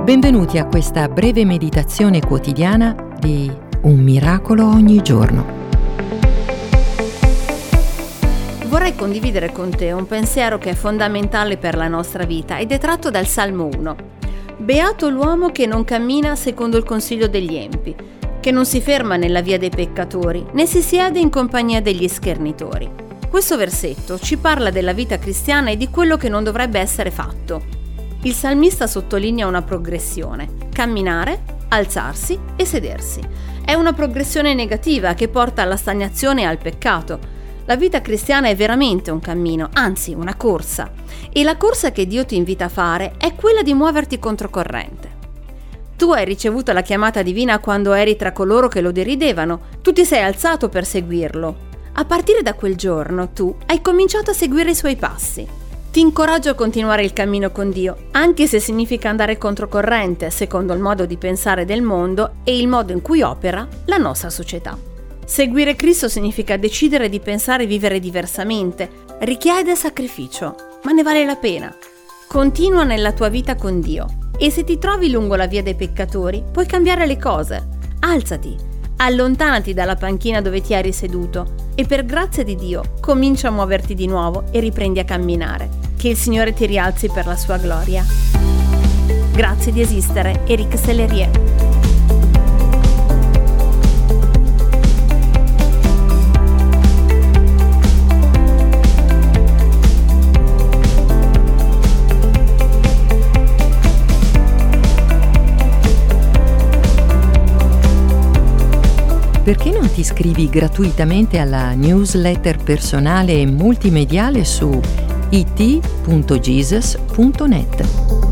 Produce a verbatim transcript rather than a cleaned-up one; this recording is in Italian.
Benvenuti a questa breve meditazione quotidiana di Un miracolo ogni giorno. Vorrei condividere con te un pensiero che è fondamentale per la nostra vita ed è tratto dal Salmo uno. Beato l'uomo che non cammina secondo il consiglio degli empi, che non si ferma nella via dei peccatori, né si siede in compagnia degli schernitori. Questo versetto ci parla della vita cristiana e di quello che non dovrebbe essere fatto. Il salmista sottolinea una progressione: camminare, alzarsi e sedersi. È una progressione negativa che porta alla stagnazione e al peccato. La vita cristiana è veramente un cammino, anzi una corsa. E la corsa che Dio ti invita a fare è quella di muoverti controcorrente. Tu hai ricevuto la chiamata divina quando eri tra coloro che lo deridevano. Tu ti sei alzato per seguirlo. A partire da quel giorno tu hai cominciato a seguire i suoi passi. Ti incoraggio a continuare il cammino con Dio, anche se significa andare controcorrente secondo il modo di pensare del mondo e il modo in cui opera la nostra società. Seguire Cristo significa decidere di pensare e vivere diversamente. Richiede sacrificio, ma ne vale la pena. Continua nella tua vita con Dio e se ti trovi lungo la via dei peccatori, puoi cambiare le cose. Alzati, allontanati dalla panchina dove ti eri seduto e per grazia di Dio comincia a muoverti di nuovo e riprendi a camminare. Che il Signore ti rialzi per la sua gloria. Grazie di esistere, Eric Sellerier. Perché non ti iscrivi gratuitamente alla newsletter personale e multimediale su i t punto jesus punto net?